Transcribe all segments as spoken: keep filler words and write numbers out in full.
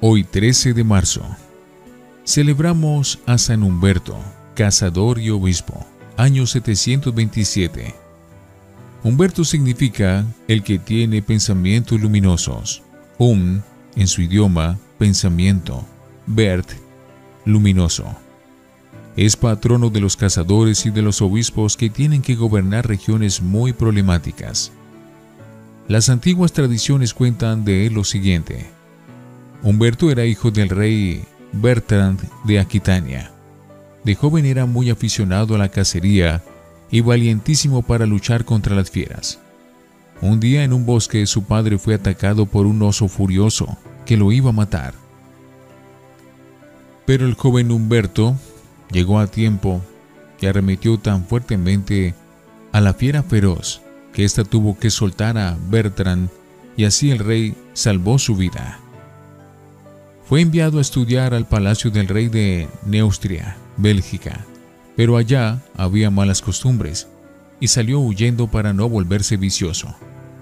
Hoy trece de marzo, celebramos a San Humberto, cazador y obispo, año setecientos veintisiete. Humberto significa el que tiene pensamientos luminosos. Hum, en su idioma, pensamiento. Bert, luminoso. Es patrono de los cazadores y de los obispos que tienen que gobernar regiones muy problemáticas. Las antiguas tradiciones cuentan de él lo siguiente. Humberto era hijo del rey Bertrand de Aquitania. De joven era muy aficionado a la cacería y valientísimo para luchar contra las fieras. Un día en un bosque su padre fue atacado por un oso furioso que lo iba a matar. Pero el joven Humberto llegó a tiempo y arremetió tan fuertemente a la fiera feroz que ésta tuvo que soltar a Bertrand y así el rey salvó su vida. Fue enviado a estudiar al palacio del rey de Neustria, Bélgica, pero allá había malas costumbres y salió huyendo para no volverse vicioso.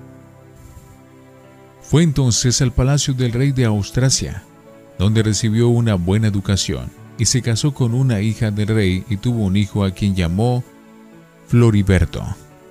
Fue entonces al palacio del rey de Austrasia, donde recibió una buena educación y se casó con una hija del rey y tuvo un hijo a quien llamó Floriberto.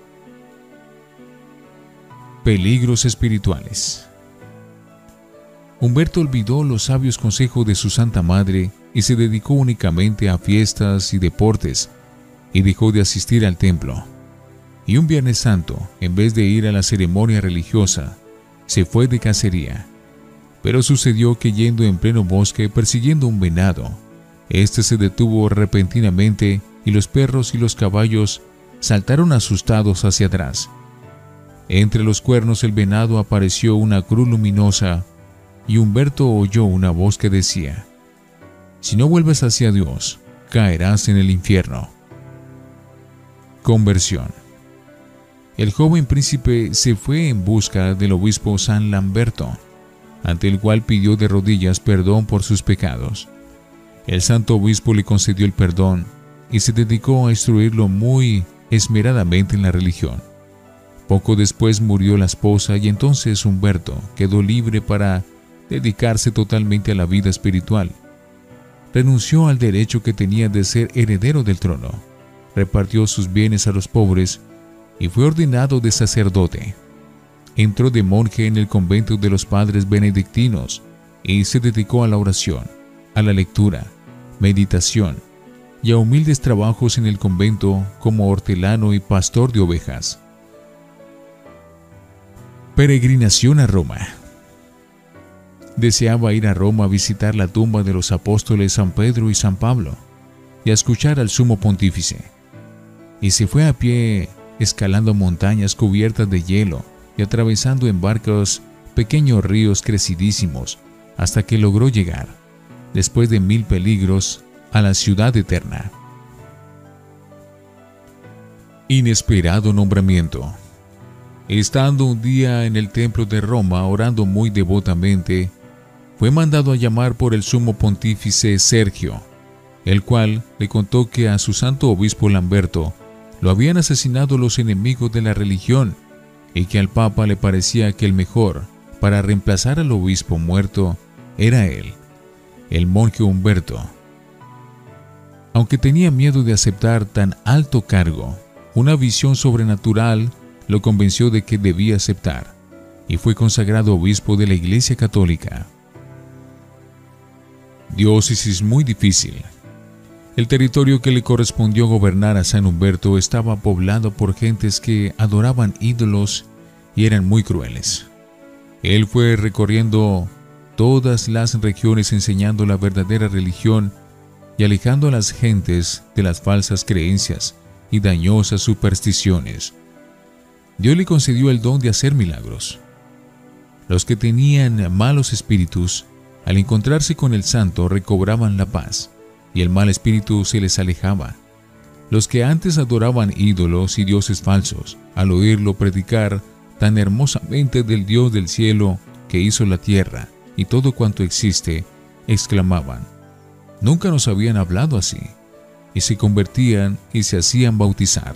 Peligros espirituales. Humberto olvidó los sabios consejos de su Santa Madre y se dedicó únicamente a fiestas y deportes y dejó de asistir al templo. Y un Viernes Santo, en vez de ir a la ceremonia religiosa, se fue de cacería. Pero sucedió que yendo en pleno bosque persiguiendo un venado, este se detuvo repentinamente y los perros y los caballos saltaron asustados hacia atrás. Entre los cuernos del venado apareció una cruz luminosa y Humberto oyó una voz que decía: «Si no vuelves hacia Dios, caerás en el infierno». Conversión. El joven príncipe se fue en busca del obispo San Lamberto, ante el cual pidió de rodillas perdón por sus pecados. El santo obispo le concedió el perdón y se dedicó a instruirlo muy esmeradamente en la religión. Poco después murió la esposa y entonces Humberto quedó libre para dedicarse totalmente a la vida espiritual. Renunció al derecho que tenía de ser heredero del trono, repartió sus bienes a los pobres y fue ordenado de sacerdote. Entró de monje en el convento de los padres benedictinos y se dedicó a la oración, a la lectura, meditación y a humildes trabajos en el convento como hortelano y pastor de ovejas. Peregrinación a Roma. Deseaba ir a Roma a visitar la tumba de los apóstoles San Pedro y San Pablo y a escuchar al sumo pontífice. Y se fue a pie escalando montañas cubiertas de hielo y atravesando en barcos pequeños ríos crecidísimos hasta que logró llegar, después de mil peligros, a la ciudad eterna. Inesperado nombramiento. Estando un día en el templo de Roma orando muy devotamente, fue mandado a llamar por el sumo pontífice Sergio, el cual le contó que a su santo obispo Lamberto lo habían asesinado los enemigos de la religión y que al papa le parecía que el mejor para reemplazar al obispo muerto era él, el monje Humberto. Aunque tenía miedo de aceptar tan alto cargo, una visión sobrenatural lo convenció de que debía aceptar y fue consagrado obispo de la Iglesia Católica. Diócesis muy difícil. El territorio que le correspondió gobernar a San Humberto estaba poblado por gentes que adoraban ídolos y eran muy crueles. Él fue recorriendo todas las regiones enseñando la verdadera religión y alejando a las gentes de las falsas creencias y dañosas supersticiones. Dios le concedió el don de hacer milagros. Los que tenían malos espíritus, al encontrarse con el santo, recobraban la paz, y el mal espíritu se les alejaba. Los que antes adoraban ídolos y dioses falsos, al oírlo predicar tan hermosamente del Dios del cielo que hizo la tierra y todo cuanto existe, exclamaban: «Nunca nos habían hablado así», y se convertían y se hacían bautizar.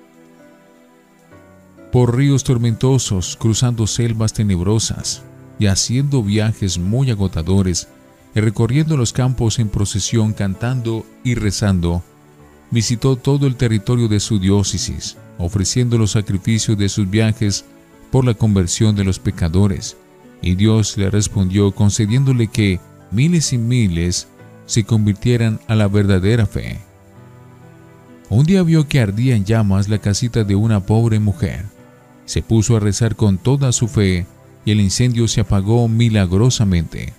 Por ríos tormentosos, cruzando selvas tenebrosas y haciendo viajes muy agotadores, y recorriendo los campos en procesión, cantando y rezando, visitó todo el territorio de su diócesis, ofreciendo los sacrificios de sus viajes por la conversión de los pecadores, y Dios le respondió concediéndole que miles y miles se convirtieran a la verdadera fe. Un día vio que ardía en llamas la casita de una pobre mujer. Se puso a rezar con toda su fe y el incendio se apagó milagrosamente.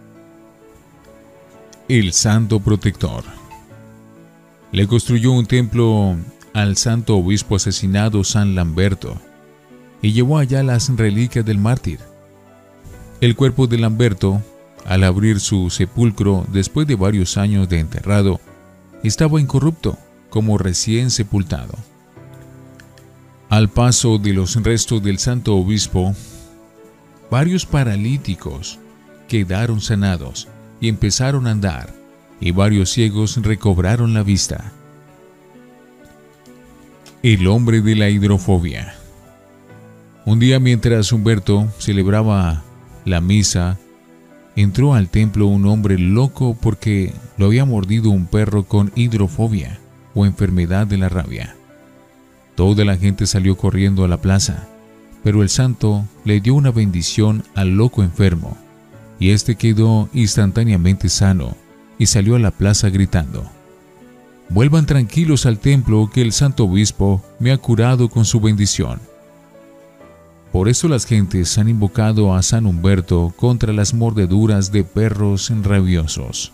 El Santo Protector. Le construyó un templo al santo obispo asesinado San Lamberto y llevó allá las reliquias del mártir. El cuerpo de Lamberto, al abrir su sepulcro después de varios años de enterrado, estaba incorrupto, como recién sepultado. Al paso de los restos del santo obispo, varios paralíticos quedaron sanados y empezaron a andar, y varios ciegos recobraron la vista. El hombre de la hidrofobia. Un día, mientras Humberto celebraba la misa, entró al templo un hombre loco porque lo había mordido un perro con hidrofobia o enfermedad de la rabia. Toda la gente salió corriendo a la plaza, pero el santo le dio una bendición al loco enfermo, y éste quedó instantáneamente sano y salió a la plaza gritando: «Vuelvan tranquilos al templo, que el santo obispo me ha curado con su bendición». Por eso las gentes han invocado a San Humberto contra las mordeduras de perros rabiosos.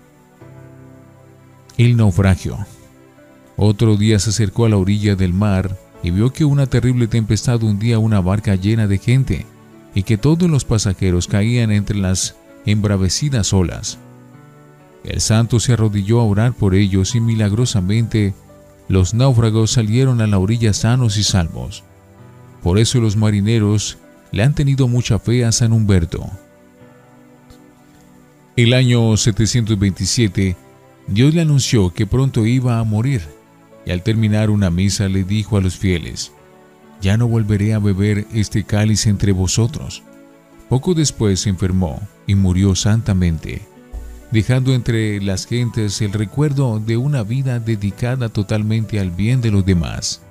El naufragio. Otro día se acercó a la orilla del mar y vio que una terrible tempestad hundía una barca llena de gente y que todos los pasajeros caían entre las embravecidas olas. El santo se arrodilló a orar por ellos y milagrosamente los náufragos salieron a la orilla sanos y salvos. Por eso los marineros le han tenido mucha fe a San Humberto. El año setecientos veintisiete, Dios le anunció que pronto iba a morir, y al terminar una misa le dijo a los fieles: «Ya no volveré a beber este cáliz entre vosotros». Poco después se enfermó y murió santamente, dejando entre las gentes el recuerdo de una vida dedicada totalmente al bien de los demás.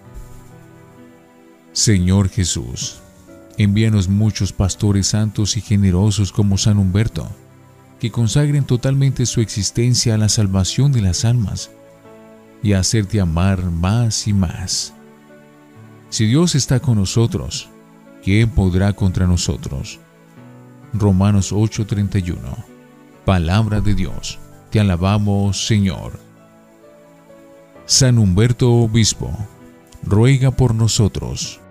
Señor Jesús, envíanos muchos pastores santos y generosos como San Humberto, que consagren totalmente su existencia a la salvación de las almas y a hacerte amar más y más. Si Dios está con nosotros, ¿quién podrá contra nosotros? Romanos ocho treinta y uno. Palabra de Dios. Te alabamos, Señor. San Humberto Obispo, ruega por nosotros.